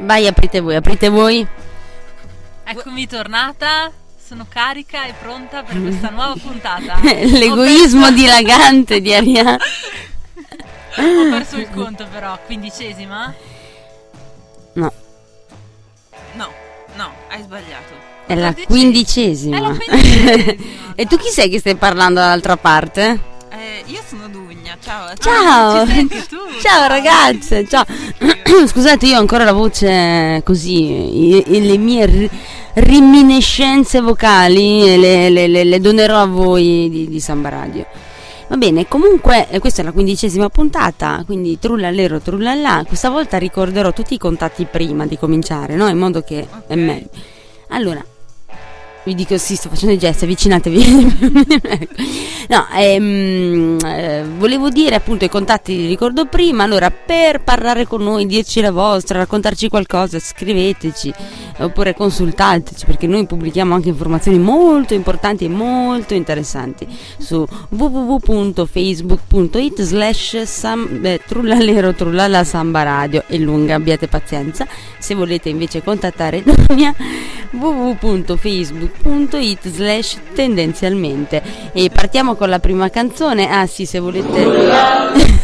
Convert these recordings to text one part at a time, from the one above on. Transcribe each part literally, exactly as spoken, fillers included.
Vai, aprite voi, aprite voi. Eccomi tornata, sono carica e pronta per questa nuova puntata. L'egoismo perso... dilagante di Arianna. Ho perso il conto però, quindicesima? No. No, no, hai sbagliato. È la quindicesima. È la quindicesima. E tu chi sei che stai parlando dall'altra parte? Eh, io sono Dugna, ciao. Ciao. Ah, ci sei anche tu. Ciao, ciao ragazze, ciao. Scusate, io ho ancora la voce così, e, e le mie ri- reminiscenze vocali le, le, le, le donerò a voi di, di Samba Radio. Va bene, comunque eh, questa è la quindicesima puntata, quindi trullalero trullallà. Questa volta ricorderò tutti i contatti prima di cominciare, no? In modo che okay. è meglio. Allora, vi dico sì, sto facendo i gesti, avvicinatevi. No, ehm, eh, volevo dire appunto i contatti li ricordo prima. Allora, per parlare con noi, dirci la vostra, raccontarci qualcosa, scriveteci oppure consultateci, perché noi pubblichiamo anche informazioni molto importanti e molto interessanti su w w w punto facebook punto it slash trullalero trullalla samba radio. È lunga, abbiate pazienza. Se volete invece contattare Dunia, w w w punto facebook punto it slash tendenzialmente. E partiamo con la prima canzone. Ah sì, se volete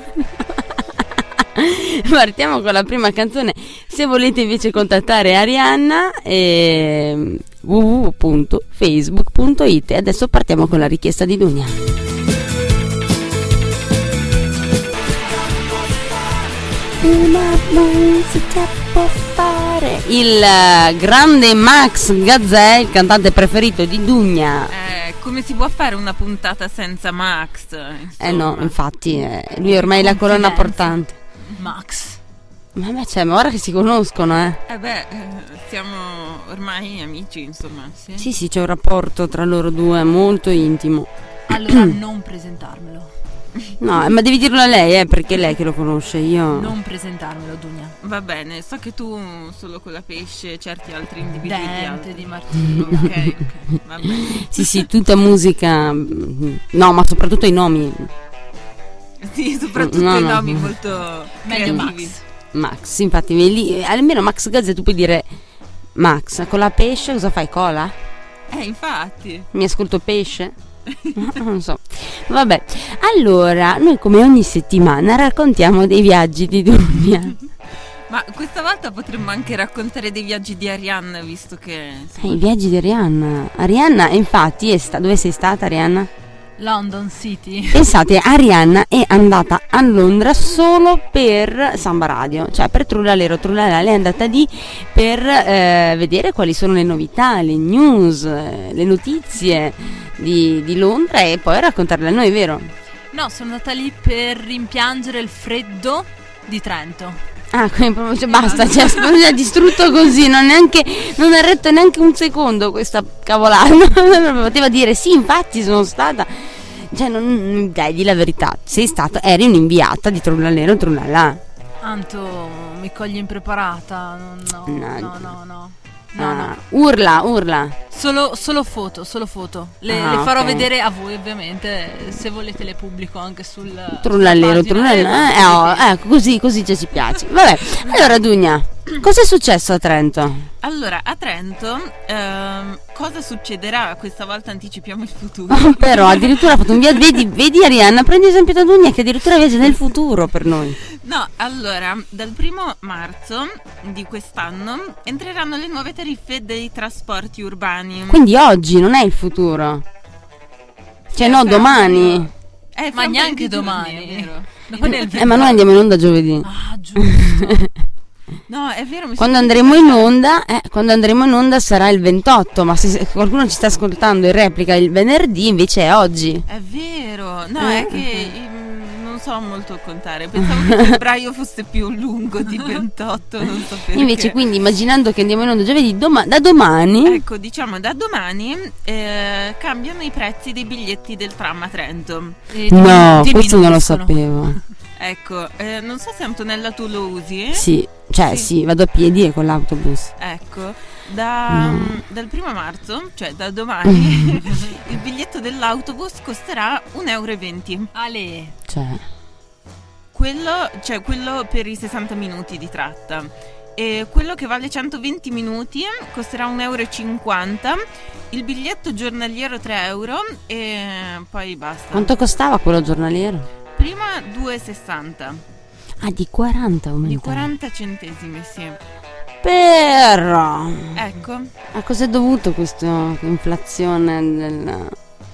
partiamo con la prima canzone. Se volete invece contattare Arianna, eh, w w w punto facebook punto it. E adesso partiamo con la richiesta di Dunia. Il grande Max Gazzè, il cantante preferito di Dunia. Eh, come si può fare una puntata senza Max? Insomma. Eh no, infatti, eh, lui ormai è la colonna portante. Max. Ma beh, cioè, ma ora che si conoscono, eh. Eh beh, siamo ormai amici, insomma. Sì, sì, sì, c'è un rapporto tra loro due molto intimo. Allora non presentarmelo. No, ma devi dirlo a lei, eh, perché è lei che lo conosce, io... Non presentarmelo, Dunia. Va bene, so che tu solo con la pesce certi altri individui. Dente di Martino. Ok, ok, va bene. Sì, sì, tutta musica... No, ma soprattutto i nomi. Sì, soprattutto no, i no. nomi molto meglio creativi. Max. Max, infatti, lì, almeno Max Gazzè tu puoi dire Max, con la pesce cosa fai? Cola? Eh, infatti. Mi ascolto pesce? No, non so. Vabbè, allora, noi come ogni settimana raccontiamo dei viaggi di Dunia. Ma questa volta potremmo anche raccontare dei viaggi di Arianna, visto che... Eh, i viaggi di Arianna. Arianna, infatti, è sta- dove sei stata, Arianna? London City. Pensate, Arianna è andata a Londra solo per Samba Radio, cioè per Trullalero Trullala. Lei è andata lì per eh, vedere quali sono le novità, le news, eh, le notizie di, di Londra e poi raccontarle a noi, vero? No, sono andata lì per rimpiangere il freddo di Trento. Ah, quindi proprio, cioè, basta, cioè, è distrutto così, non, neanche, non ha retto neanche un secondo questa cavolata. Poteva dire sì, infatti sono stata. Cioè, non, dai, di la verità, sei stata, eri un'inviata di Trullalero Trullala. Anto, mi cogli impreparata. No, no, No. no, no, no. No, Ah, no. urla, urla. Solo, solo foto, solo foto. Le, Ah, le farò ok. vedere a voi, ovviamente. Se volete le pubblico anche sul Trullallero sulla pagina. Trullala. Eh, oh, ecco, così, così ci piace. Vabbè, allora Dunia, cosa è successo a Trento? Allora, a Trento, ehm, cosa succederà? Questa volta anticipiamo il futuro. Oh, però addirittura ha fatto un viaggio. Vedi, vedi Arianna, prendi esempio da Dunia che addirittura viaggia nel futuro per noi. No, allora, dal primo marzo di quest'anno entreranno le nuove tariffe dei trasporti urbani. Quindi oggi non è il futuro. Cioè no, fra- domani. Eh, fra Ma un neanche paio di domani, giorni, è vero? Non è il Eh, ma noi andiamo in onda giovedì. Ah, giusto. No, è vero. Mi Quando sono andremo in dimenticata. onda, eh, quando andremo in onda sarà il ventotto, ma se se qualcuno ci sta ascoltando in replica il venerdì, invece è oggi. È vero. No, Eh. è che mm, non so molto contare. Pensavo che febbraio fosse più lungo di ventotto, non so perché. Invece, quindi, immaginando che andiamo in onda giovedì, doma- da domani. Ecco, diciamo da domani eh, cambiano i prezzi dei biglietti del tram a Trento. E No, diminu- questo non lo diminuiscono. sapevo. Ecco, eh, non so se Antonella tu lo usi. Sì, cioè Sì. sì, vado a piedi e con l'autobus. Ecco, da, No. dal primo marzo, cioè da domani, il biglietto dell'autobus costerà un euro e venti. Ale. Cioè, Quello, cioè quello per i sessanta minuti di tratta. E quello che vale centoventi minuti costerà un euro e cinquanta, il biglietto giornaliero tre euro e poi basta. Quanto costava quello giornaliero? Prima due e sessanta. Ah, di quaranta aumenta. Di quaranta centesimi, sì. Però Ecco. a cosa è dovuto questa inflazione del...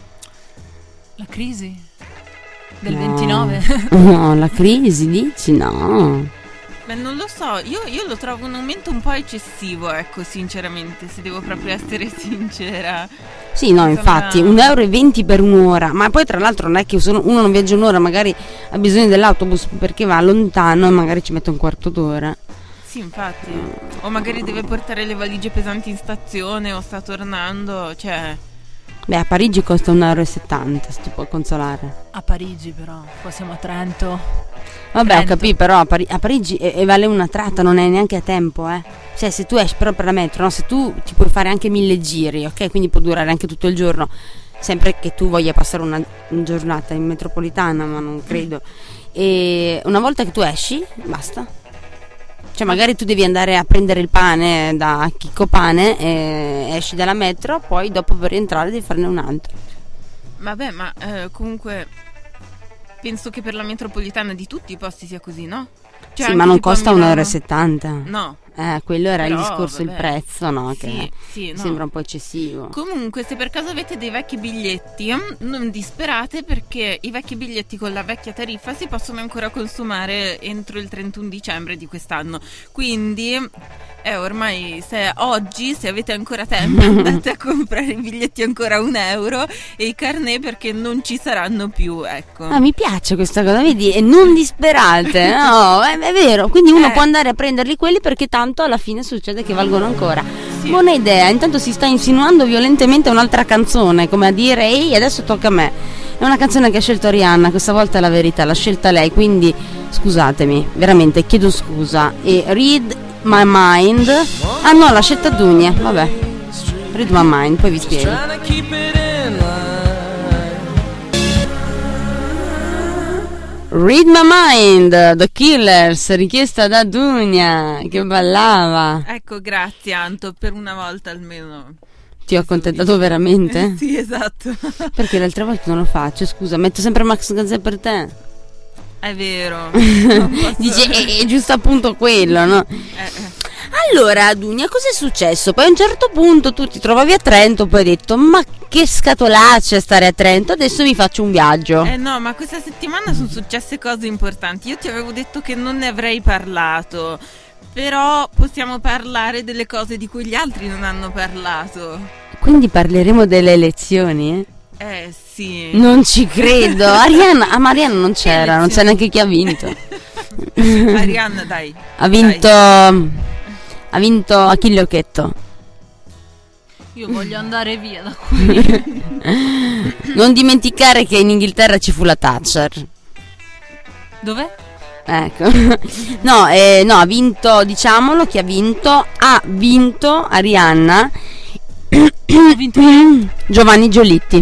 La crisi del No. ventinove. No, la crisi, dici? No. Beh, non lo so, io, io lo trovo un aumento un po' eccessivo, ecco, sinceramente, se devo proprio essere sincera. Sì, no, Mi infatti, sembra- un euro e venti per un'ora. Ma poi tra l'altro non è che sono- uno non viaggia un'ora, magari ha bisogno dell'autobus perché va lontano e magari ci mette un quarto d'ora. Sì, infatti. O magari deve portare le valigie pesanti in stazione o sta tornando, cioè... Beh, a Parigi costa un euro e settanta, se ti può consolare. A Parigi però, qua siamo a Trento. Vabbè, ho Trento. capito, però a, Pari- a Parigi e, e vale una tratta, non è neanche a tempo, eh. Cioè, se tu esci però per la metro, no? Se tu ti puoi fare anche mille giri, ok? Quindi può durare anche tutto il giorno, sempre che tu voglia passare una, una giornata in metropolitana, ma non credo. E una volta che tu esci, basta. Cioè, magari tu devi andare a prendere il pane da Chicco Pane, e esci dalla metro, poi dopo per rientrare devi farne un altro. Vabbè, ma eh, comunque penso che per la metropolitana di tutti i posti sia così, no? Cioè, Sì, anche ma non tipo a costa un Milano- euro e settanta. No. Eh, quello era Però, il discorso, il vabbè. prezzo, no? Sì, Che sì, no. sembra un po' eccessivo. Comunque, se per caso avete dei vecchi biglietti, non disperate perché i vecchi biglietti con la vecchia tariffa si possono ancora consumare entro il trentuno dicembre di quest'anno. Quindi, eh, ormai se oggi, se avete ancora tempo, andate a comprare i biglietti ancora a un euro e i carnet perché non ci saranno più, ecco. Ah, mi piace questa cosa, vedi? E non disperate, no, è, è vero. Quindi uno Eh. può andare a prenderli quelli perché tanto alla fine succede che valgono ancora. Sì. Buona idea, intanto si sta insinuando violentemente un'altra canzone, come a dire, ehi, adesso tocca a me. È una canzone che ha scelto Arianna, questa volta è la verità, l'ha scelta lei, quindi scusatemi, veramente chiedo scusa. E Read My Mind. Ah no, l'ha scelta Dunia, vabbè. Read My Mind, poi vi spiego. Trying to keep it in line. Read My Mind, The Killers, richiesta da Dunia, che ballava. Ecco, grazie Anto, per una volta almeno. Ti ho accontentato veramente? Sì, esatto. Perché le altre volte non lo faccio, scusa, metto sempre Max Gazzè per te. È vero. Non posso- Dice, è, è giusto appunto quello, no? Eh, eh. Allora, Dunia, cos'è successo? Poi a un certo punto tu ti trovavi a Trento, poi hai detto, ma che scatolaccia stare a Trento, adesso mi faccio un viaggio. Eh no, ma questa settimana sono successe cose importanti. Io ti avevo detto che non ne avrei parlato, però possiamo parlare delle cose di cui gli altri non hanno parlato. Quindi parleremo delle elezioni, eh? Eh sì. Non ci credo. Arianna, a Marianna non c'era, non c'è neanche chi ha vinto. Arianna, dai. Ha vinto ha vinto Achille Occhetto. Io voglio andare via da qui. Non dimenticare che in Inghilterra ci fu la Thatcher. Dov'è? Ecco. No, eh, no, ha vinto, diciamolo, chi ha vinto? Ha vinto Arianna. Ho vinto io. Giovanni Giolitti.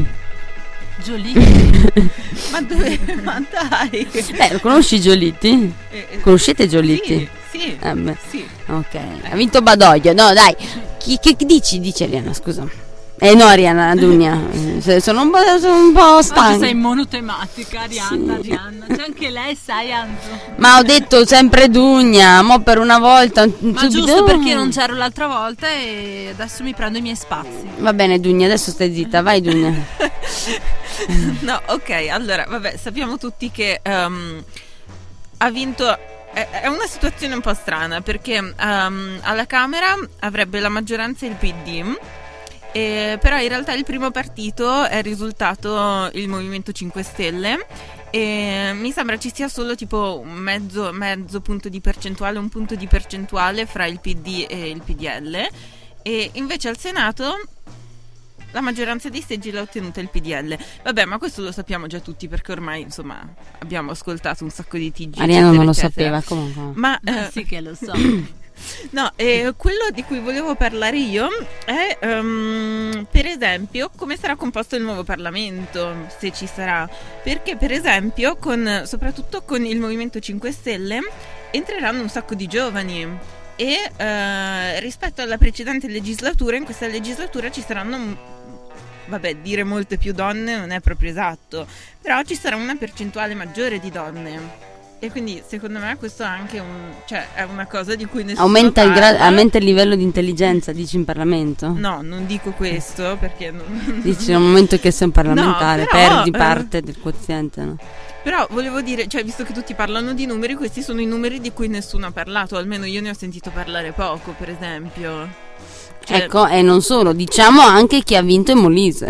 Giolì. Ma dove? Ma dai. Beh, lo conosci Giolitti? Eh, eh, Conoscete Giolitti? Sì, sì. Eh beh. Sì. Ok, ha vinto Badoglio. No, dai. Chi, che dici? Dice Arianna, scusa. Eh no, Arianna, Dunia. Eh, Sono un po', sono un po' Oggi stanca. sei monotematica, Arianna, Sì. Arianna. C'è anche lei, sai, Anto. Ma ho detto sempre Dunia, mo per una volta. Ma giusto perché non c'ero l'altra volta e adesso mi prendo i miei spazi. Va bene, Dunia, adesso stai zitta, vai Dunia. No, ok, allora, vabbè, sappiamo tutti che ehm, ha vinto. È è una situazione un po' strana perché ehm, alla Camera avrebbe la maggioranza il P D, eh, però in realtà il primo partito è risultato il Movimento cinque Stelle e mi sembra ci sia solo tipo un mezzo, mezzo punto di percentuale, un punto di percentuale fra il P D e il P D L, e invece al Senato la maggioranza dei seggi l'ha ottenuta il P D L. Vabbè, ma questo lo sappiamo già tutti perché ormai, insomma, abbiamo ascoltato un sacco di T G. Arianna eccetera, non lo eccetera. sapeva, comunque. Ma Eh, eh, sì che lo so. no, eh, quello di cui volevo parlare io è, ehm, per esempio, come sarà composto il nuovo Parlamento, se ci sarà. Perché, per esempio, con, soprattutto con il Movimento cinque Stelle, entreranno un sacco di giovani. e eh, rispetto alla precedente legislatura, in questa legislatura ci saranno, vabbè, dire molte più donne non è proprio esatto, però ci sarà una percentuale maggiore di donne. E quindi secondo me questo è anche un, cioè è una cosa di cui nessuno aumenta il, parla. gra- aumenta il livello di intelligenza, dici, in Parlamento? No, non dico questo perché non, Dici nel momento che sei un parlamentare, No, però, perdi eh, parte del quoziente, no? Però volevo dire, cioè, visto che tutti parlano di numeri, questi sono i numeri di cui nessuno ha parlato, almeno io ne ho sentito parlare poco, per esempio. Cioè, Ecco, e non solo, diciamo anche chi ha vinto in Molise.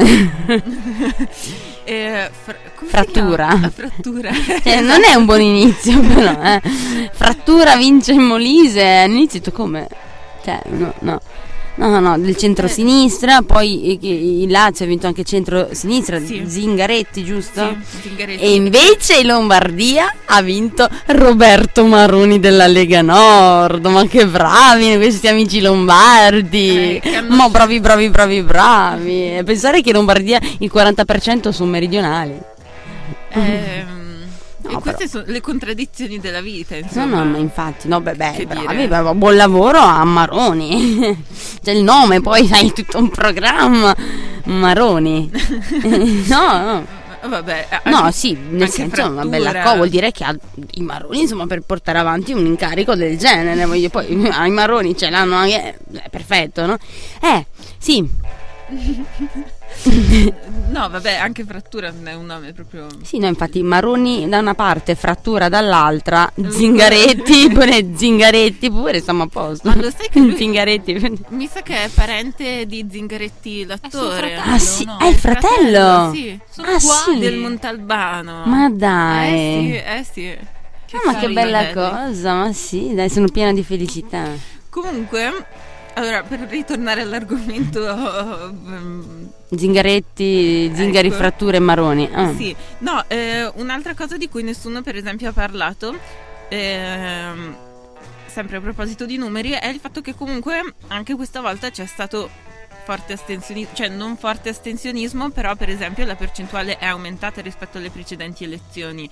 eh, fra- come si Frattura. chiama? Frattura. Cioè, non è un buon inizio, però, eh. Frattura vince in Molise, all'inizio tu come? Cioè, no, no. No, no, del centro-sinistra, poi eh, il Lazio ha vinto anche centro-sinistra, Sì. Zingaretti, giusto? Sì, Zingaretti. E invece in Lombardia ha vinto Roberto Maroni della Lega Nord. Ma che bravi questi amici lombardi! Eh, che hanno- Ma bravi, bravi, bravi, bravi! E pensare che in Lombardia il quaranta per cento sono meridionali. Ehm, No, e queste però- sono le contraddizioni della vita, No, insomma. no, ma infatti, no, beh, beh, Che bravi, dire? bravo, buon lavoro a Maroni. C'è il nome, poi sai, tutto un programma. Maroni. No, no. Vabbè, No, anche- sì, nel anche senso è una Frattura. bella cosa, vuol dire che ha i Maroni, insomma, per portare avanti un incarico del genere, voglio, poi i Maroni ce l'hanno anche, è perfetto, no? Eh, sì, No, vabbè, anche Frattura non è un nome proprio. sì, no, infatti Maroni da una parte, Frattura dall'altra, Zingaretti, pure Zingaretti, pure stiamo a posto. Ma lo sai che lui- Zingaretti. Mi sa che è parente di Zingaretti l'attore. fratello. Ah sì, no? è il fratello? Sì. Sono Ah uguali. sì, Del Montalbano. ma Eh sì, dai. eh sì. Ah, ma che carini, bella belli. cosa, ma sì, dai, sono piena di felicità. Comunque, allora, per ritornare all'argomento, um, Zingaretti, Zingari, Ecco. Fratture e Maroni. Ah. sì, no, eh, un'altra cosa di cui nessuno, per esempio, ha parlato, ehm, sempre a proposito di numeri, è il fatto che comunque anche questa volta c'è stato forte astensionismo, cioè non forte astensionismo, però per esempio la percentuale è aumentata rispetto alle precedenti elezioni.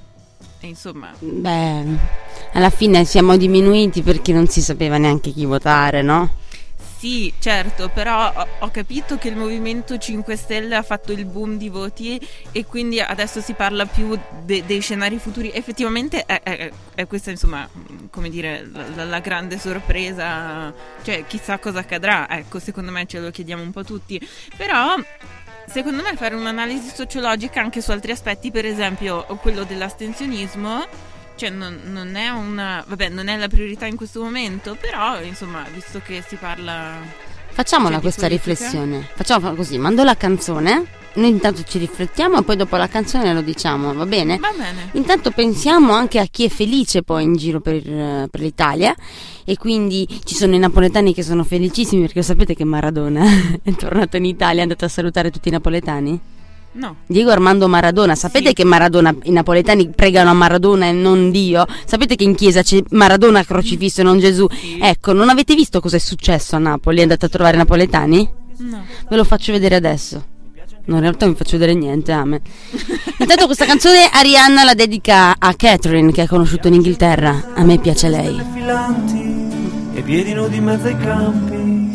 E insomma, Beh, alla fine siamo diminuiti perché non si sapeva neanche chi votare, no? sì, certo, però ho, ho capito che il Movimento cinque Stelle ha fatto il boom di voti e quindi adesso si parla più de- dei scenari futuri. Effettivamente è, è- è questa, insomma, come dire, la, la- la grande sorpresa, cioè chissà cosa accadrà, ecco, secondo me ce lo chiediamo un po' tutti, però secondo me fare un'analisi sociologica anche su altri aspetti, per esempio quello dell'astensionismo, cioè non, non è una, vabbè, non è la priorità in questo momento, però insomma, visto che si parla, Facciamola Cioè, di questa politica? riflessione. Facciamo così, mando la canzone, noi intanto ci riflettiamo e poi dopo la canzone lo diciamo, va bene? va bene. Intanto pensiamo anche a chi è felice poi in giro per, eh, per l'Italia, e quindi ci sono i napoletani che sono felicissimi perché sapete che Maradona è tornato in Italia, è andato a salutare tutti i napoletani? No. Diego Armando Maradona, sapete Sì. che Maradona, i napoletani pregano a Maradona e non Dio? Sapete che in chiesa c'è Maradona crocifisso e non Gesù? Sì. Ecco, non avete visto cosa è successo a Napoli? Andate a trovare i napoletani? No. Ve lo faccio vedere adesso. No, in realtà non vi faccio vedere niente, amen. Intanto questa canzone Arianna la dedica a Catherine, che ha conosciuto in Inghilterra. A me piace lei. Filanti e piedi nudi in mezzo ai campi,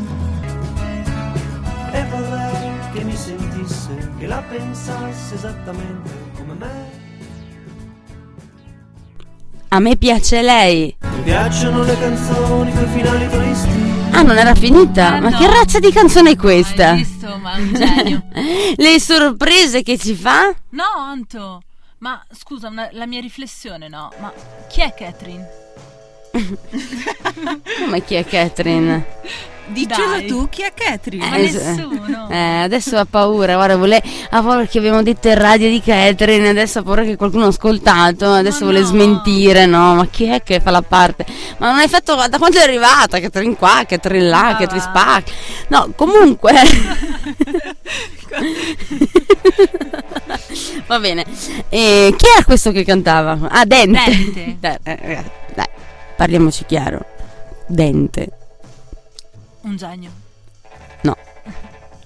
e vorrei che mi sentisse, che la pensasse esattamente come me. A me piace lei. Mi piacciono le canzoni coi finali tristi. Ah, non era finita? Eh, Ma no. che razza di canzone è questa? Hai visto, ma è un genio. Le sorprese che ci fa? No, Anto, ma scusa, una- la mia riflessione, no? Ma chi è Catherine? Come chi è Catherine? Dicelo Dai. tu, chi è Catherine? Ma Eh, nessuno. Eh, adesso ha paura, guarda, vuole, ha paura che abbiamo detto in radio di Catherine, adesso ha paura che qualcuno ha ascoltato, adesso Ma vuole no. smentire, no? Ma chi è che fa la parte? Ma non hai fatto, da quando è arrivata? Catherine qua, Catherine là, Ah, Catherine va. spac. No, comunque. Va bene. E chi era questo che cantava? Ah, Dente. Dente. Dai, eh, ragazzi, dai, parliamoci chiaro. Dente. Un genio. No.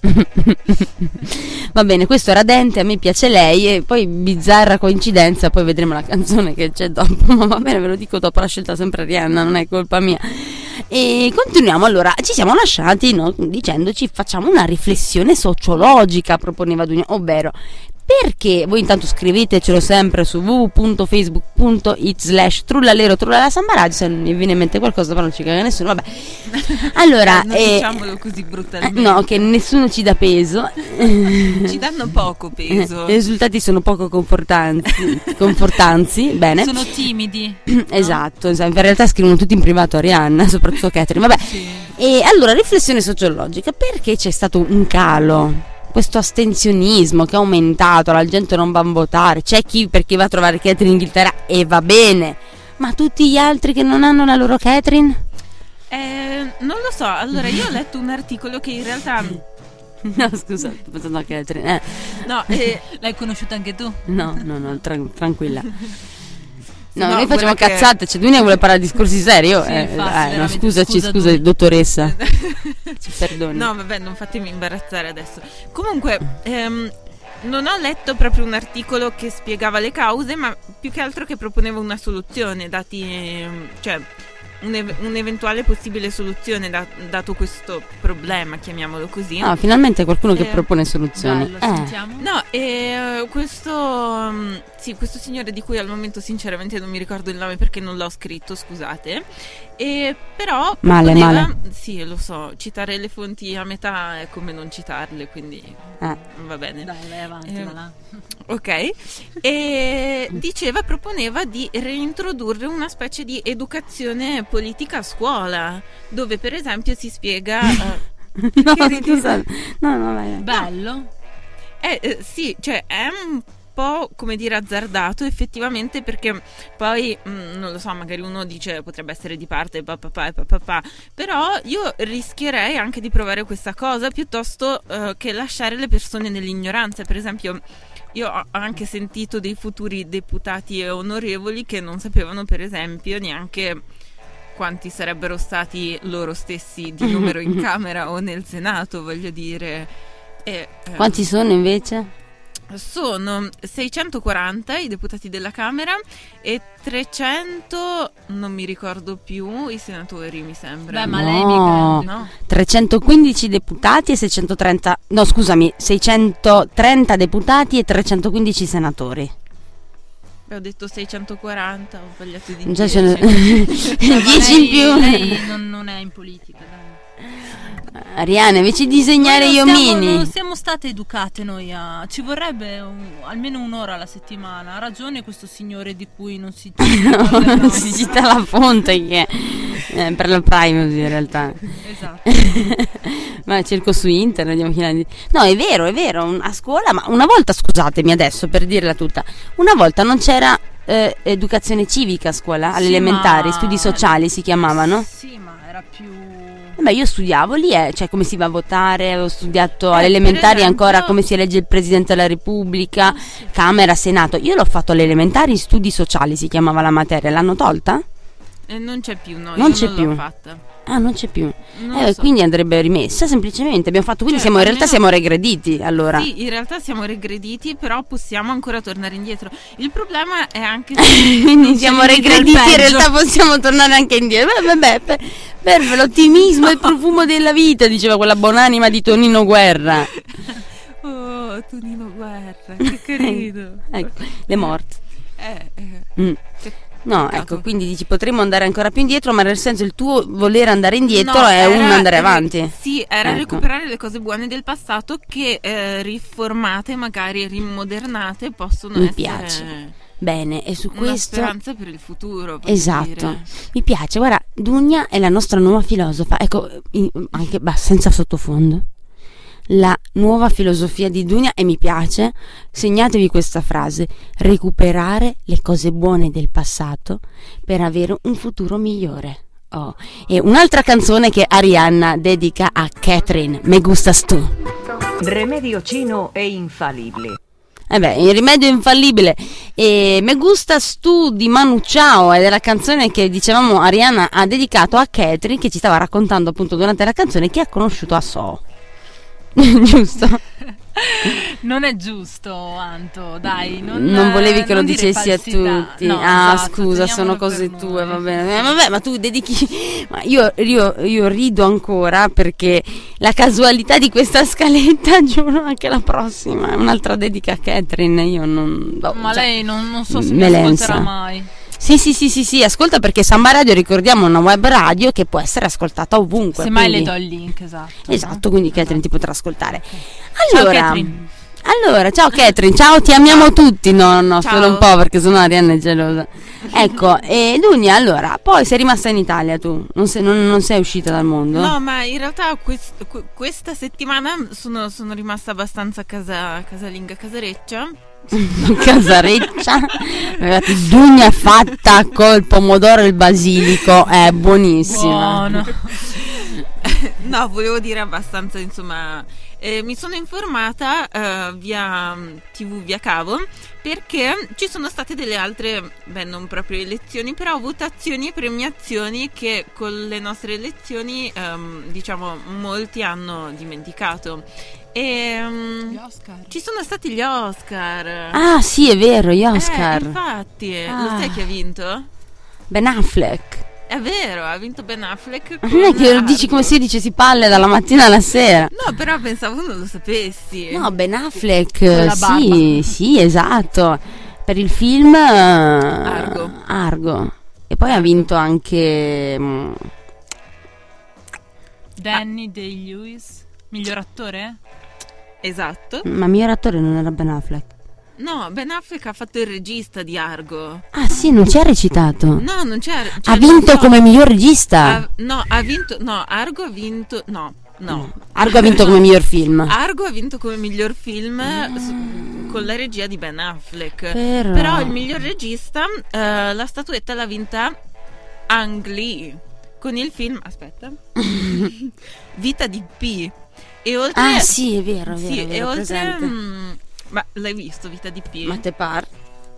Va bene, questo era Dente, a me piace lei, e poi bizzarra coincidenza, poi vedremo la canzone che c'è dopo, ma va bene, ve lo dico dopo, la scelta sempre Rihanna, non è colpa mia. E continuiamo. Allora, ci siamo lasciati, no, dicendoci facciamo una riflessione sociologica, proponeva Dunia, ovvero perché, voi intanto scrivetecelo sempre su w w w punto facebook punto it slash trullalero trullala samba radio, se non mi viene in mente qualcosa però non ci caga nessuno, vabbè. Allora, non eh, diciamolo così brutalmente. eh, no, che nessuno ci dà peso. Ci danno poco peso. I risultati sono poco confortanti, confortanti, bene. Sono timidi. Esatto, esatto, in realtà scrivono tutti in privato a Rihanna, soprattutto Catherine, vabbè. Sì. E allora, riflessione sociologica, perché c'è stato un calo? Questo astensionismo che è aumentato, la gente non va a votare, c'è chi perché va a trovare Catherine in Inghilterra e va bene, ma tutti gli altri che non hanno la loro Catherine? Eh, non lo so, allora io ho letto un articolo che in realtà... No, scusa, sto pensando a Catherine. Eh. No, eh, L'hai conosciuta anche tu? No, no, no, tra- tranquilla. No, No, noi facciamo quella che- cazzate, cioè Dunia vuole parlare di discorsi seri. Io, Sì, eh, infatti, eh, no, veramente, scusaci, scusa, scusa, Dunia. dottoressa. Ci perdoni. no, vabbè, non fatemi imbarazzare adesso. Comunque, ehm, non ho letto proprio un articolo che spiegava le cause, ma più che altro che proponeva una soluzione, dati, ehm, cioè un- un'eventuale possibile soluzione da- dato questo problema, chiamiamolo così. Ah, finalmente qualcuno che Eh, propone soluzioni. Bello, Eh. sentiamo. No, e questo mm, sì, questo signore di cui al momento sinceramente non mi ricordo il nome perché non l'ho scritto, scusate. E però Male, proponeva- male. Sì, lo so, citare le fonti a metà è come non citarle, quindi Eh. va bene. Dai, vai avanti, Eh, va là. Ok. E diceva, proponeva di reintrodurre una specie di educazione politica a scuola, dove per esempio si spiega eh, No, Che ridi? scusa. No, no, vai. vai. Bello. Eh, eh, sì, cioè è un po' come dire azzardato effettivamente, perché poi mh, non lo so, magari uno dice potrebbe essere di parte papà e papà, però io rischierei anche di provare questa cosa piuttosto eh, che lasciare le persone nell'ignoranza. Per esempio, io ho anche sentito dei futuri deputati e onorevoli che non sapevano per esempio neanche quanti sarebbero stati loro stessi di numero in Camera o nel Senato, voglio dire. E, eh, Quanti sono invece? sono seicentoquaranta i deputati della Camera e trecento, non mi ricordo più, i senatori, mi sembra. Beh, ma No. lei mica... No? trecentoquindici deputati e seicentotrenta, no scusami, seicentotrenta deputati e trecentoquindici senatori. Beh, ho detto seicentoquaranta, ho sbagliato di Già dieci. ce ne Ma dieci in lei- più. Lei non, non è in politica, dai. Ariane, invece di disegnare Noi gli non siamo- omini. Non siamo state educate noi a... Ci vorrebbe un- almeno un'ora alla settimana. Ha ragione questo signore di cui non si Non si cita la fonte che eh, per la privacy in realtà. Esatto. Ma cerco su internet, andiamo chiedendo. No, è vero, è vero, un- a scuola, ma una volta, scusatemi adesso per dirla tutta, una volta non c'era eh, educazione civica a scuola, alle Sì, elementari, ma- studi sociali si chiamavano. Sì, ma era più... Beh, io studiavo lì, eh, cioè come si va a votare, ho studiato Eh, alle elementari per esempio- ancora come si elegge il Presidente della Repubblica, Camera, Senato. Io l'ho fatto alle elementari, studi sociali si chiamava la materia, l'hanno tolta? Eh, non c'è più, no, Non io c'è non più. l'ho fatta. Ah, non c'è più. Non Eh, lo so. quindi andrebbe rimessa semplicemente. Abbiamo fatto, quindi Cioè, siamo in realtà almeno- siamo regrediti allora. Sì, in realtà siamo regrediti, però possiamo ancora tornare indietro. Il problema è anche se Quindi siamo limiti al regrediti, in peggio. realtà possiamo tornare anche indietro. Beh, vabbè, per, per l'ottimismo e il profumo della vita, diceva quella buonanima di Tonino Guerra. Oh, Tonino Guerra, che carino. Ecco, le morte. Eh, eh, Mm. che No, peccato. ecco, quindi dici potremmo andare ancora più indietro, ma nel senso il tuo voler andare indietro No, è era- un andare era- avanti. Sì, era Ecco. recuperare le cose buone del passato che eh, riformate, magari rimodernate, possono Mi essere piace. Bene, e su una questo speranza per il futuro. voglio esatto, dire. mi piace. Guarda, Dunia è la nostra nuova filosofa. Ecco, in- anche bah, senza sottofondo. La nuova filosofia di Dunia, e mi piace, segnatevi questa frase: recuperare le cose buone del passato per avere un futuro migliore. Oh. E un'altra canzone che Arianna dedica a Catherine, Me gustas tu. Remedio chino e infalible. Eh beh, il rimedio infallibile. E Me gustas tu di Manu Chao ed è la canzone che dicevamo Arianna ha dedicato a Catherine, che ci stava raccontando appunto durante la canzone che ha conosciuto a So. Giusto? Non è giusto, Anto, dai. Non, Non volevi che non lo dire dicessi a falsità. tutti. No, ah, esatto, scusa, teniamolo sono per cose noi. tue, va bene. Eh, vabbè, ma tu dedichi. Ma io, io, io rido ancora perché la casualità di questa scaletta, giuro, anche la prossima è un'altra dedica a Catherine. Io non. boh, Ma cioè, lei non, non so se mi melenza. ascolterà mai. Sì, sì, sì, sì, sì, ascolta perché Samba Radio, ricordiamo, è una web radio che può essere ascoltata ovunque. Se mai le quindi- do il link, esatto. Esatto, quindi Catherine ti potrà ascoltare. Ciao, Allora, Catherine. allora, ciao Catherine, ciao, ti amiamo tutti. No, no, Ciao. solo un po' perché sennò Arianna è gelosa. Ecco, e Dunia, allora, poi sei rimasta in Italia tu, non sei, non- non sei uscita dal mondo? No, ma in realtà quest- que- questa settimana sono, sono rimasta abbastanza casa, casalinga, casareccia. Casareccia. Ragazzi, Dunia fatta col pomodoro e il basilico è buonissima. Buono. No, volevo dire abbastanza, insomma, eh, mi sono informata eh, via mm, tivù, via cavo, perché ci sono state delle altre, beh, non proprio elezioni, però votazioni e premiazioni che con le nostre elezioni, ehm, diciamo, molti hanno dimenticato. E mm, Gli Oscar. ci sono stati gli Oscar. Ah, sì, è vero, gli Eh, Oscar. infatti, Ah. lo sai chi ha vinto? Ben Affleck. È vero, ha vinto Ben Affleck. Ma non è con che lo dici Argo. come si dice, si palle dalla mattina alla sera. No, però pensavo non lo sapessi. No, Ben Affleck, la sì, sì, esatto. Per il film eh, Argo. Argo. E poi ha vinto anche mm, Danny Day-Lewis, miglior attore? Esatto. ma miglior attore non era Ben Affleck. No, Ben Affleck ha fatto il regista di Argo. Ah, sì, non ci ha recitato. No, non c'era. Ha cioè, vinto no, come miglior regista. ha- no, ha vinto. No, Argo ha vinto. No, no. Argo ha vinto come miglior film. Argo ha vinto come miglior film su- con la regia di Ben Affleck. Però. Però il miglior regista, eh, la statuetta l'ha vinta Ang Lee con il film. Aspetta. Vita di P. E oltre. Ah, sì, è vero, è vero, Sì, è e vero, oltre. presente. mm, ma l'hai visto Vita di P? Ma te par?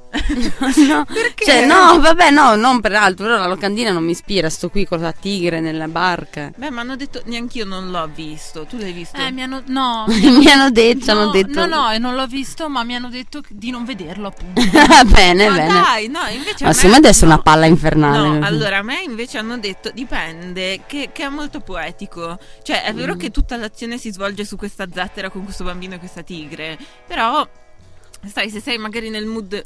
No, Perché? cioè, no, vabbè, no, non per altro, però la locandina non mi ispira, sto qui con la tigre nella barca. Beh, ma hanno detto neanch'io non l'ho visto. Tu l'hai visto? Eh, mi hanno. No. Mi hanno detto, ci hanno No, detto. no, no, e non l'ho visto, ma mi hanno detto di non vederlo, appunto. bene, Ma bene. dai, no, invece a Ma me- secondo me deve essere no. una palla infernale. No, allora a me invece hanno detto dipende, che, che è molto poetico. Cioè, è vero che tutta l'azione si svolge su questa zattera con questo bambino e questa tigre, però sai, se sei magari nel mood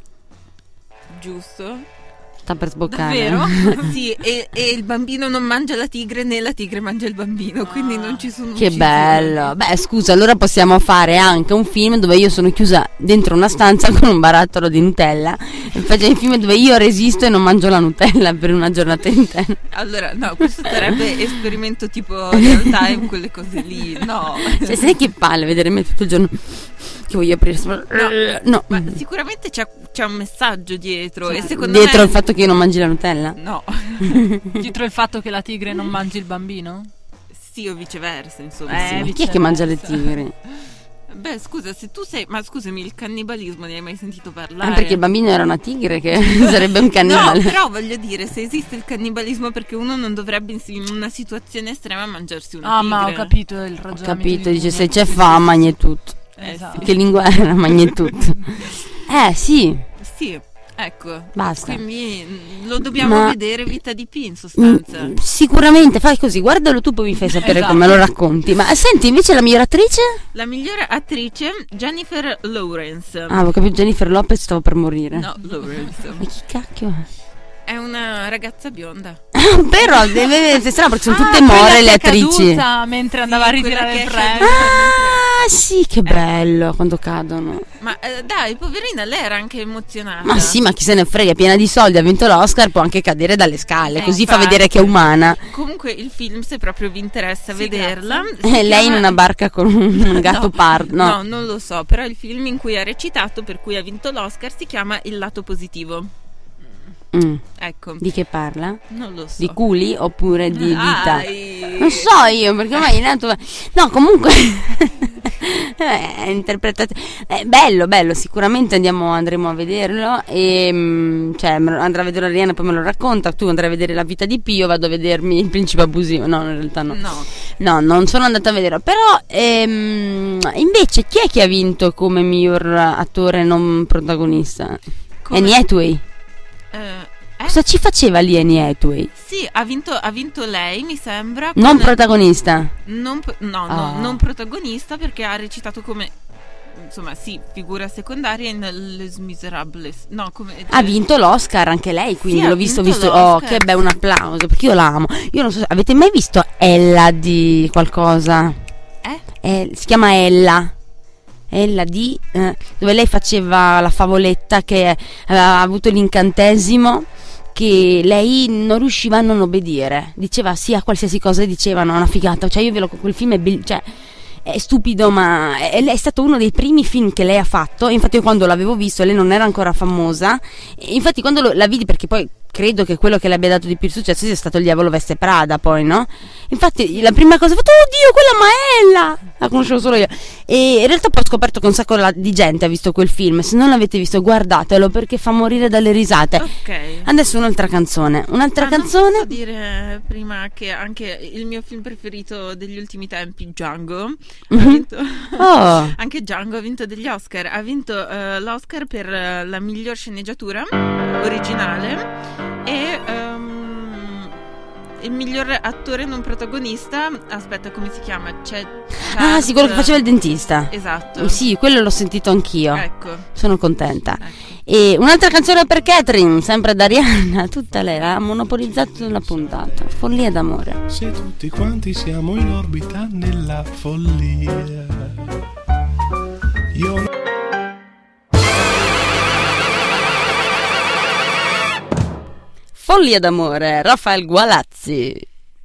giusto, Sta per sboccare. Davvero? sì, e, e il bambino non mangia la tigre né la tigre mangia il bambino, quindi non ci sono Che uccisioni. bello. Beh, scusa, allora possiamo fare anche un film dove io sono chiusa dentro una stanza con un barattolo di Nutella e faccio un film dove io resisto e non mangio la Nutella per una giornata intera. Allora, no, questo sarebbe esperimento tipo real time, quelle cose lì. No. Cioè, sai che palle vedere me tutto il giorno che voglio aprire. No, Ma sicuramente c'è, c'è un messaggio dietro e secondo dietro me il fatto che io non mangi la Nutella? no. Dietro il fatto che la tigre non mangi il bambino? Sì, o viceversa, insomma. Eh, Sì. Ma chi è che mangia le tigri? Beh, scusa, se tu sei, ma scusami, il cannibalismo ne hai mai sentito Ah, parlare? perché il bambino era una tigre che sarebbe un No, cannibale. però voglio dire, se esiste il cannibalismo, perché uno non dovrebbe in una situazione estrema mangiarsi una Ah, tigre. ma ho capito il Ho ragionamento. capito, di dice Dunia. se c'è fame mangi tutto. Esatto. Che lingua era? Mangi tutto. Eh sì, Sì, ecco. basta. Quindi mm, lo dobbiamo Ma- vedere Vita di P in sostanza. Mm, sicuramente fai così, guardalo tu poi mi fai sapere Esatto. come lo racconti. Ma senti, invece la miglior attrice? La migliore attrice, Jennifer Lawrence. Ah, avevo capito Jennifer Lopez, stavo per morire. No, Lawrence. Ma chi cacchio è? È una ragazza bionda. Però deve essere strano perché sono tutte Ah, more quella le che è attrici. caduta mentre andava a Sì, quella ritirare che il è premio. Ah, sì, che bello quando cadono. Ma eh, dai, poverina, lei era anche emozionata. Ma sì, ma chi se ne frega, è piena di soldi, ha vinto l'Oscar, può anche cadere dalle scale, Eh, così fa infatti. vedere che è umana. Comunque il film, se proprio vi interessa Sì, vederla, E si lei in chiama- una barca con un gatto No, pardo. No. No, non lo so, però il film in cui ha recitato, per cui ha vinto l'Oscar, si chiama Il lato positivo. Mm. Ecco, Di che parla? non lo so. Di culi oppure di vita? Ai. Non so io, perché ormai in alto... No, comunque... eh, interpretate. È bello, bello, sicuramente andiamo, andremo a vederlo e mh, cioè andrà a vedere Arianna, poi me lo racconta. Tu andrai a vedere La vita di Pio, vado a vedermi Il principe abusivo. No, in realtà no. No. No, non sono andata a vedere. Però ehm, invece chi è che ha vinto come miglior attore non protagonista? Come? Annie Hathaway. Eh, eh? Cosa ci faceva lì Annie Hathaway? Sì, ha vinto, ha vinto lei, mi sembra. Non con- protagonista. Non, p- no, Ah. no, non protagonista, perché ha recitato come, insomma, sì, figura secondaria in Les Miserables. No, come Ha vinto l'Oscar anche lei, quindi Sì, ha l'ho visto, vinto visto. Oh, l'Oscar. che bel un applauso, perché io l'amo. Io non so, se- avete mai visto Ella di qualcosa? Eh? Eh, si chiama Ella. Ella di eh, dove lei faceva la favoletta che aveva avuto l'incantesimo che lei non riusciva a non obbedire, diceva sì a qualsiasi cosa, dicevano una figata, cioè io ve lo, quel film è, be- cioè, è stupido, ma è, è stato uno dei primi film che lei ha fatto. Infatti io quando l'avevo visto lei non era ancora famosa, e infatti quando lo, la vidi, perché poi credo che quello che le abbia dato di più successo sia stato Il diavolo veste Prada, poi, no? Infatti la prima cosa ho fatto, oddio, quella Maella, la conoscevo solo io. E in realtà poi ho scoperto che un sacco la- di gente ha visto quel film. Se non l'avete visto, guardatelo, perché fa morire dalle risate. Ok. Adesso un'altra canzone, un'altra Ah, non canzone. posso dire prima che anche il mio film preferito degli ultimi tempi, Django, ha Mhm. vinto Oh. anche Django ha vinto degli Oscar. Ha vinto eh, l'Oscar per eh, la miglior sceneggiatura originale e ehm, il miglior attore non protagonista. Aspetta, come si chiama? C'è Ah, sì, quello che faceva il dentista. Esatto. Sì, quello l'ho sentito anch'io. Ecco. Sono contenta. Ecco. E un'altra canzone per Catherine, sempre da Arianna, tutta lei ha monopolizzato la puntata. Follia d'amore. Se tutti quanti siamo in orbita nella follia, io Follia d'amore, Rafael Gualazzi.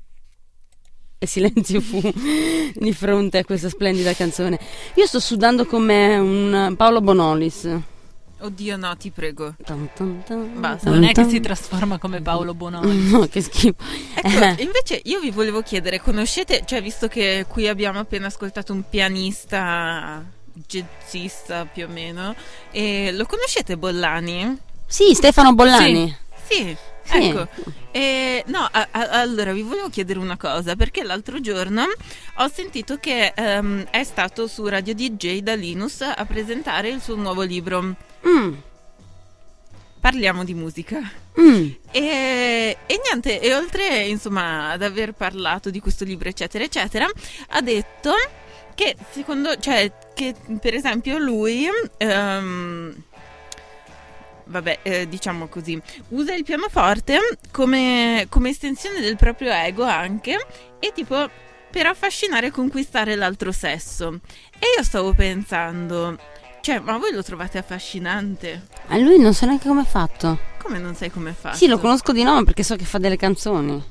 E silenzio fu di fronte a questa splendida canzone. Io sto sudando come un Paolo Bonolis. Oddio, no, ti prego. Tan, tan, tan, Basta. Non è che tan, si trasforma come Paolo Bononi. No, che schifo. Ecco, Eh. invece io vi volevo chiedere, conoscete, cioè visto che qui abbiamo appena ascoltato un pianista jazzista più o meno, e lo conoscete Bollani? Sì, Stefano Bollani. Sì, Sì. ecco. E, no, a- a- allora vi volevo chiedere una cosa, perché l'altro giorno ho sentito che ehm, è stato su Radio D J da Linus a presentare il suo nuovo libro. Mm, Parliamo di musica. mm. E, e niente, e oltre insomma ad aver parlato di questo libro eccetera eccetera, ha detto che secondo, cioè che per esempio lui ehm, vabbè, eh, diciamo così, usa il pianoforte come, come estensione del proprio ego anche, e tipo per affascinare e conquistare l'altro sesso. E io stavo pensando, cioè, ma voi lo trovate affascinante? A lui non so neanche come è fatto. Come non sai come fa? Sì, lo conosco di nome perché so che fa delle canzoni.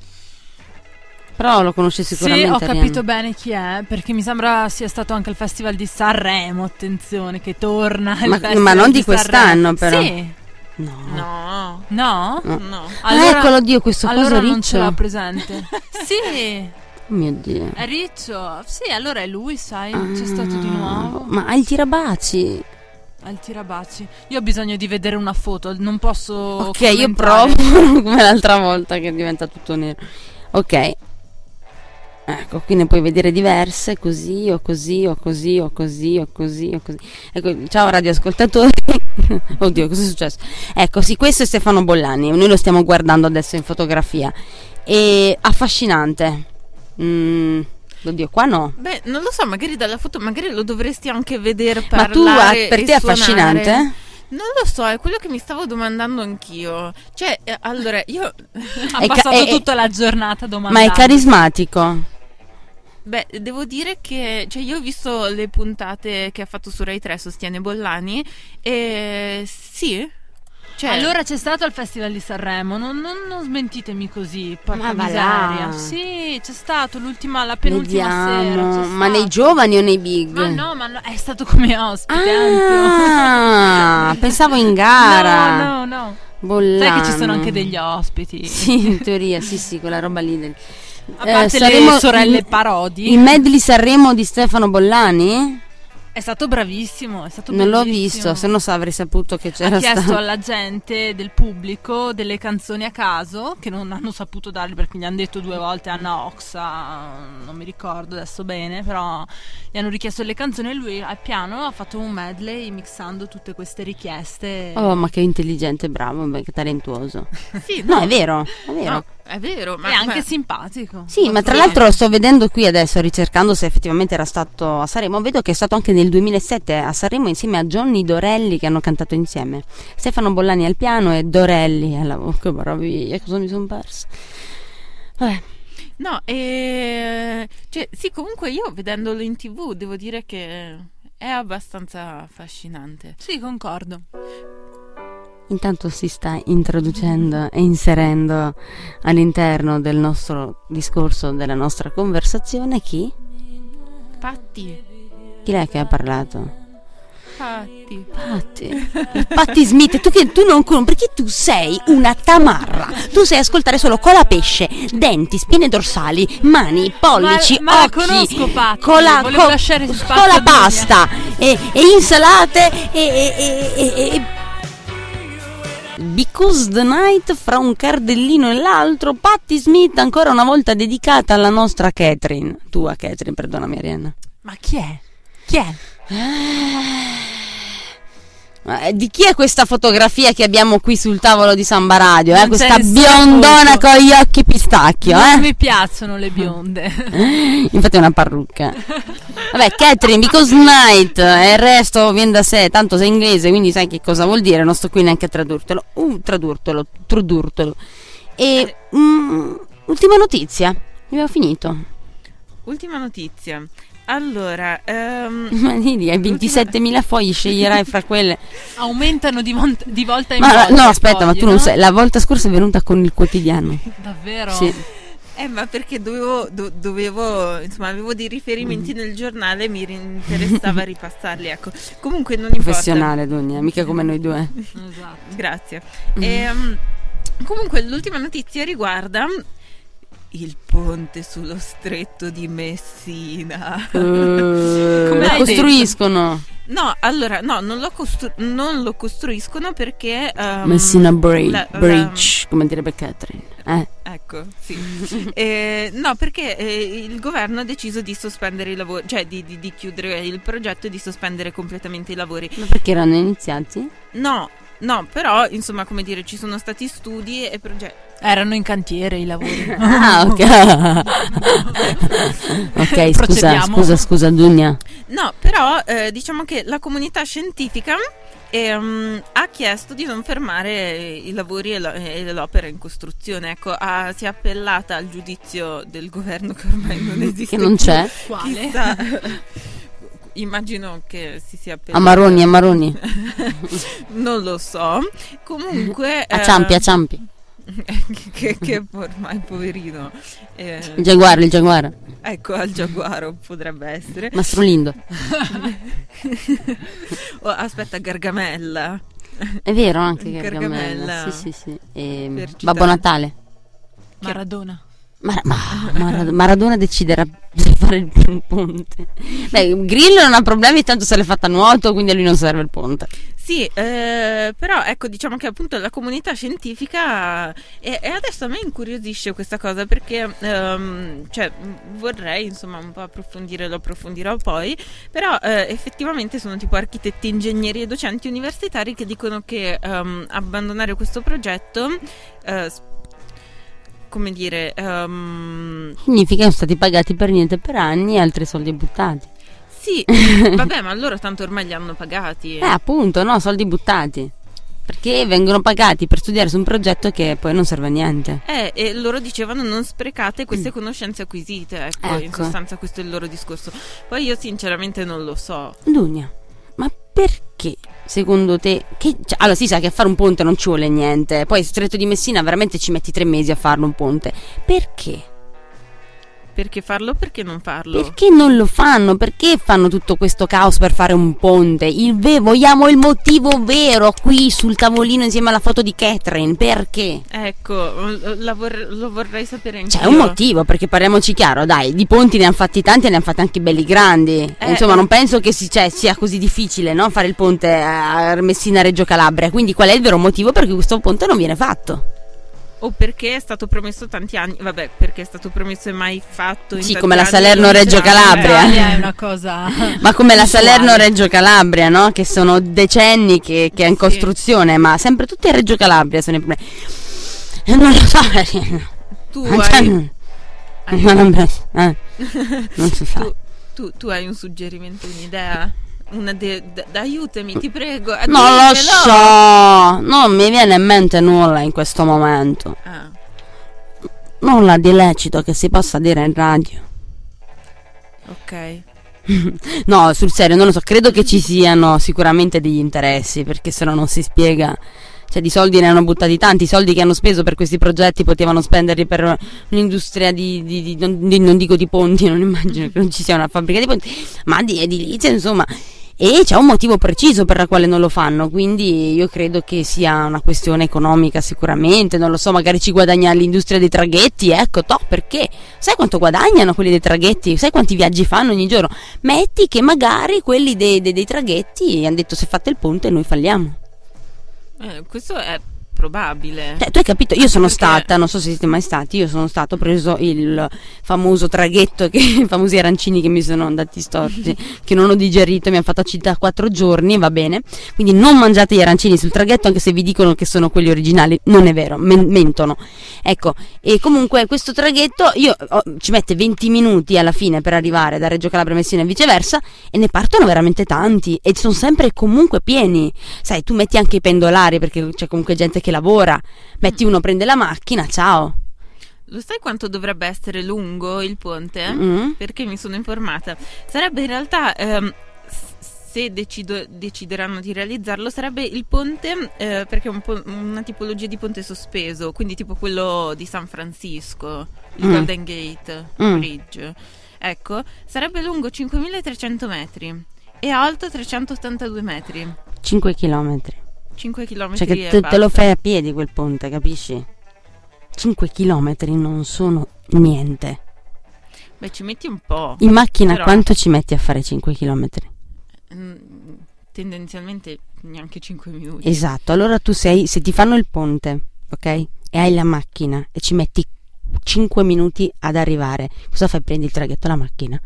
Però lo conosci sicuramente. Sì, ho Arianna. capito bene chi è, perché mi sembra sia stato anche il Festival di Sanremo, attenzione, che torna il Ma- Festival ma non di Sanremo. quest'anno, però. Sì. No. No, No? No. no. Ah, eccolo, oddio, questo allora coso non riccio. ce l'ho presente. Sì, Oh mio Dio. è riccio. Sì, allora è lui, sai, Ah, c'è stato di nuovo. Ma ha il tirabaci. Al tirabaci. Io ho bisogno di vedere una foto, non posso. Ok, io commentare. provo come l'altra volta che diventa tutto nero. Ok. Ecco, qui ne puoi vedere diverse, così o così o così o così o così o così. Ecco, ciao radioascoltatori. Oddio, cosa è successo? Ecco, sì, questo è Stefano Bollani. Noi lo stiamo guardando adesso in fotografia. E affascinante. Mm, oddio, qua no. Beh, non lo so, magari dalla foto, magari lo dovresti anche vedere Ma tu, parlare ah, per e te è suonare. affascinante? Non lo so, è quello che mi stavo domandando anch'io. Cioè, eh, allora, io Ha È ca- passato è- tutta la giornata Ma domandando. è carismatico. beh, devo dire che cioè, io ho visto le puntate che ha fatto su Rai tre, sostiene Bollani, e sì. Cioè, Allora c'è stato il Festival di Sanremo, non, non, non smentitemi così, porca Ma va miseria. là. Sì, c'è stato l'ultima, la penultima Vediamo. sera. c'è Ma nei stato. giovani o nei big? Ma no, ma no, è stato come ospite Ah, anche. pensavo in gara. No, no, no. Bollani. Sai che ci sono anche degli ospiti. Sì, in teoria, sì, sì, quella roba lì. Del... A parte Sanremo- le sorelle Parodi. Il medley Sanremo di Stefano Bollani? È stato bravissimo, è stato Non l'ho bellissimo. visto, se no avrei saputo che c'era Ha chiesto stato. alla gente del pubblico delle canzoni a caso che non hanno saputo dargli, perché gli hanno detto due volte Anna Oxa, non mi ricordo adesso bene, però gli hanno richiesto le canzoni e lui al piano ha fatto un medley mixando tutte queste richieste. Oh, ma che intelligente, bravo, beh, che talentuoso. Sì, No, è vero, è vero. no, è vero, ma è anche ma- simpatico. Sì, ma tra l'altro sto vedendo qui adesso, ricercando se effettivamente era stato a Sanremo, vedo che è stato anche nel duemilasette a Sanremo insieme a Johnny Dorelli, che hanno cantato insieme. Stefano Bollani al piano e Dorelli alla voce. Che meraviglia, cosa mi sono persa. Vabbè. No, e cioè, sì, comunque io vedendolo in TV devo dire che è abbastanza affascinante. Sì, concordo. Intanto si sta introducendo e inserendo all'interno del nostro discorso, della nostra conversazione, chi? Patti, Chi è che ha parlato? Patti. Patti, Patti Smith, tu che tu non conosci, perché tu sei una tamarra. Tu sai ascoltare solo cola pesce, denti, spine dorsali, mani, pollici, Ma- ma la occhi, conosco, Patti, cola, volevo co- lasciare spazio cola a Dunia. pasta e, e insalate e, e, e, e, e Because the Night, fra un cardellino e l'altro. Patti Smith ancora una volta dedicata alla nostra Catherine. Tua Catherine, perdonami Arianna. Ma chi è? Chi è? Eh, Di chi è questa fotografia che abbiamo qui sul tavolo di Samba Radio? Eh? Non Questa c'è nessuna biondona foto. con gli occhi pistacchio, Non eh? mi piacciono le bionde. Infatti è una parrucca. Vabbè, Catherine, Because Night, e il resto viene da sé, tanto sei inglese, quindi sai che cosa vuol dire, non sto qui neanche a tradurtelo. Uh, tradurtelo, tradurtelo. E mm, ultima notizia, abbiamo finito. Ultima notizia. Allora, ehm, Ma lì hai ventisettemila fogli, sceglierai fra quelle. Aumentano di, mon- di volta in Ma volta. no, i aspetta, ma fogli, tu non no? sai, la volta scorsa è venuta con il quotidiano. Davvero? Sì. eh, ma perché dovevo, do- dovevo, insomma, avevo dei riferimenti nel giornale e mi ri- interessava ripassarli, ecco. Comunque non importa. Professionale, Dunia, mica come noi due. Esatto. Grazie. Ehm, comunque l'ultima notizia riguarda il ponte sullo stretto di Messina. Uh, Come lo hai costruiscono. No, allora, no, non lo, costru- non lo costruiscono perché... ehm, Messina Bri- la- la- Bridge, come direbbe Catherine. Eh. Ecco, sì. Eh, no, perché eh, il governo ha deciso di sospendere i lavori, cioè di, di- di chiudere il progetto e di sospendere completamente i lavori. Ma perché erano iniziati? No, no, però, insomma, come dire, ci sono stati studi e progetti. Erano in cantiere i lavori. Ah, ok. Ok, scusa, Procediamo. scusa, scusa, Dunia. No, però eh, diciamo che la comunità scientifica ehm, ha chiesto di non fermare i lavori e, la- e l'opera in costruzione. Ecco, ha- si è appellata al giudizio del governo che ormai non esiste Che non più. c'è. Quale? Chissà. Immagino che si sia appellata. Amaroni, Amaroni. Non lo so. Comunque A Ciampi, a Ciampi. eh, che, che ormai poverino eh, Il Giaguaro, il Giaguaro. ecco, al giaguaro potrebbe essere. Mastrolindo. Oh, aspetta, Gargamella. È vero anche che Gargamella. Gargamella. Sì, sì, sì. E Per Babbo citare. Natale. Maradona. Ma, ma Marad- Maradona deciderà di fare il il ponte. Beh, Grillo non ha problemi, tanto se l'è fatta a nuoto, quindi a lui non serve il ponte. Sì, eh, però ecco, diciamo che appunto la comunità scientifica e, e adesso a me incuriosisce questa cosa perché ehm, cioè, vorrei insomma un po' approfondire, lo approfondirò poi, però eh, effettivamente sono tipo architetti, ingegneri e docenti universitari che dicono che ehm, abbandonare questo progetto eh, come dire ehm, Significa che sono stati pagati per niente per anni e altri soldi buttati. sì, vabbè, ma loro tanto ormai li hanno pagati. Eh, appunto, no, soldi buttati. Perché vengono pagati per studiare su un progetto che poi non serve a niente. Eh, e loro dicevano non sprecate queste conoscenze acquisite, ecco, in Ecco. sostanza questo è il loro discorso. Poi io sinceramente non lo so. Dunia, ma perché secondo te? Che, cioè, allora si sa che a fare un ponte non ci vuole niente. Poi Stretto di Messina veramente ci metti tre mesi a farlo un ponte. Perché? Perché farlo o perché non farlo? Perché non lo fanno? Perché fanno tutto questo caos per fare un ponte? Il ve- vogliamo il motivo vero qui sul tavolino insieme alla foto di Catherine. Perché? Ecco, la vor- lo vorrei sapere anch'io. C'è un motivo, perché parliamoci chiaro, dai, di ponti ne hanno fatti tanti e ne hanno fatti anche belli grandi. Eh, Insomma, eh. non penso che si, cioè, sia così difficile, no? Fare il ponte a Messina-Reggio Calabria. Quindi qual è il vero motivo per cui questo ponte non viene fatto? O perché è stato promesso tanti anni, vabbè, perché è stato promesso e mai fatto in Sì, tanti come la anni, Salerno-Reggio non sarà- Calabria. L'Italia è una cosa Ma come la usuale. Salerno-Reggio Calabria, no? Che sono decenni che, che è in Sì. costruzione, ma sempre tutti a Reggio Calabria sono i problemi. Eh, Non lo so perché. Tu Non hai, c'è- hai- non, eh, non si sa. tu, tu, tu hai un suggerimento, un'idea? Una de- d- aiutami, ti prego. a Non lo dirmelo. so, non mi viene in mente nulla in questo momento. Ah, Nulla di lecito che si possa dire in radio. ok. No, sul serio, non lo so, credo che ci siano sicuramente degli interessi, perché se no non si spiega. Cioè, di soldi ne hanno buttati tanti, i soldi che hanno speso per questi progetti potevano spenderli per un'industria di, di, di, non, di non dico di ponti, non immagino che non ci sia una fabbrica di ponti, ma di edilizia, insomma. E c'è un motivo preciso per il quale non lo fanno, quindi io credo che sia una questione economica sicuramente, non lo so, magari ci guadagna l'industria dei traghetti, ecco, toh, perché? Sai quanto guadagnano quelli dei traghetti? Sai quanti viaggi fanno ogni giorno? Metti che magari quelli dei, dei, dei traghetti hanno detto se fate il ponte noi falliamo. Eh, questo è probabile. Cioè, tu hai capito? Io sono Perché- stata, non so se siete mai stati, io sono stato, ho preso il famoso traghetto, che, i famosi arancini che mi sono andati storti, che non ho digerito, mi hanno fatto acidità quattro giorni, va bene. Quindi non mangiate gli arancini sul traghetto, anche se vi dicono che sono quelli originali, non è vero, men- mentono. Ecco, e comunque questo traghetto io, oh, ci mette venti minuti alla fine per arrivare da Reggio Calabria a Messina e viceversa, e ne partono veramente tanti, e sono sempre comunque pieni. Sai, tu metti anche i pendolari, perché c'è comunque gente che lavora, metti uno, prende la macchina, ciao. Lo sai quanto dovrebbe essere lungo il ponte? Mm. Perché mi sono informata. Sarebbe in realtà, ehm, s- se decido- decideranno di realizzarlo, sarebbe il ponte, eh, perché è un po' una tipologia di ponte sospeso, quindi tipo quello di San Francisco, il Mm. Golden Gate Mm. Bridge. Ecco, sarebbe lungo cinquemilatrecento metri e alto trecentottantadue metri, cinque chilometri. cinque chilometri Cioè che e te, te lo basta. fai a piedi quel ponte, capisci? cinque chilometri non sono niente. Beh, ci metti un po'. In macchina Però- quanto ci metti a fare cinque chilometri? Mm, tendenzialmente neanche cinque minuti. Esatto, allora tu sei, se ti fanno il ponte, ok? E hai la macchina e ci metti cinque minuti ad arrivare, cosa fai? Prendi il traghetto alla macchina?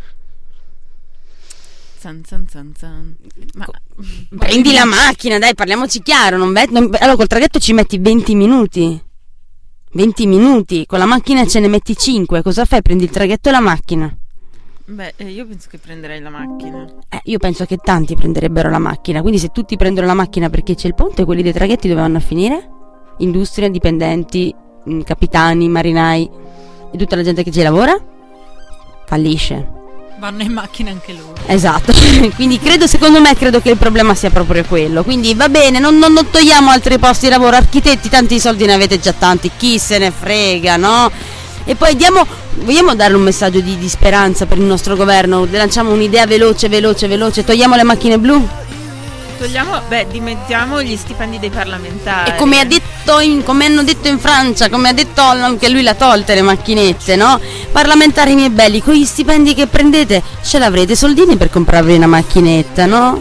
Zan, zan, zan, zan. Ma Prendi la macchina, dai, parliamoci chiaro. Non ve- non- allora col traghetto ci metti venti minuti. venti minuti, con la macchina ce ne metti cinque. Cosa fai? Prendi il traghetto e la macchina. beh, eh, io penso che prenderei la macchina. Eh, io penso che tanti prenderebbero la macchina. Quindi se tutti prendono la macchina perché c'è il ponte, quelli dei traghetti dove vanno a finire? Industria, dipendenti, mh, capitani, marinai e tutta la gente che ci lavora? Fallisce. Vanno in macchina anche loro. Esatto, quindi credo, secondo me, credo che il problema sia proprio quello. Quindi va bene, non, non, non togliamo altri posti di lavoro. Architetti, tanti soldi ne avete già tanti, chi se ne frega, no? E poi diamo, vogliamo dare un messaggio di, di speranza per il nostro governo? Lanciamo un'idea veloce, veloce, veloce. Togliamo le macchine blu? Togliamo, beh, dimezziamo gli stipendi dei parlamentari. E come ha detto in, come hanno detto in Francia, come ha detto Hollande, che lui l'ha tolte le macchinette, no? Parlamentari miei belli, con gli stipendi che prendete ce l'avrete soldini per comprarvi una macchinetta, no?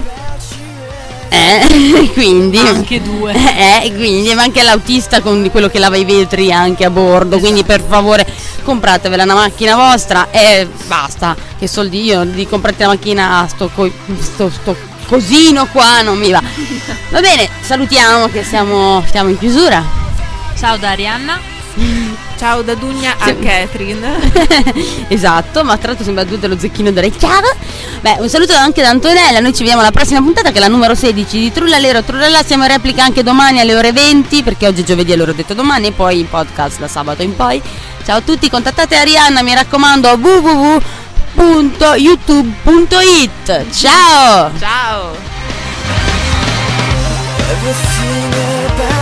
Eh, quindi Anche due. Eh, quindi ma anche l'autista con quello che lava i vetri anche a bordo, quindi per favore compratevela una macchina vostra e basta, che soldi io di comprarti la macchina sto, coi, sto, sto cosino qua non mi va. Va bene, salutiamo che siamo, siamo in chiusura. Ciao da Arianna. Ciao da Dugna a Sì. Catherine. Esatto, ma tra l'altro sembra tutto lo zecchino d'orecchiava. Beh, un saluto anche da Antonella, noi ci vediamo alla prossima puntata che è la numero sedici di Trullalero Trullalla, siamo in replica anche domani alle ore venti, perché oggi è giovedì e l'ho detto domani, e poi in podcast da sabato in poi. Ciao a tutti, contattate Arianna, mi raccomando, w w w punto youtube punto it. Ciao! Ciao. Everything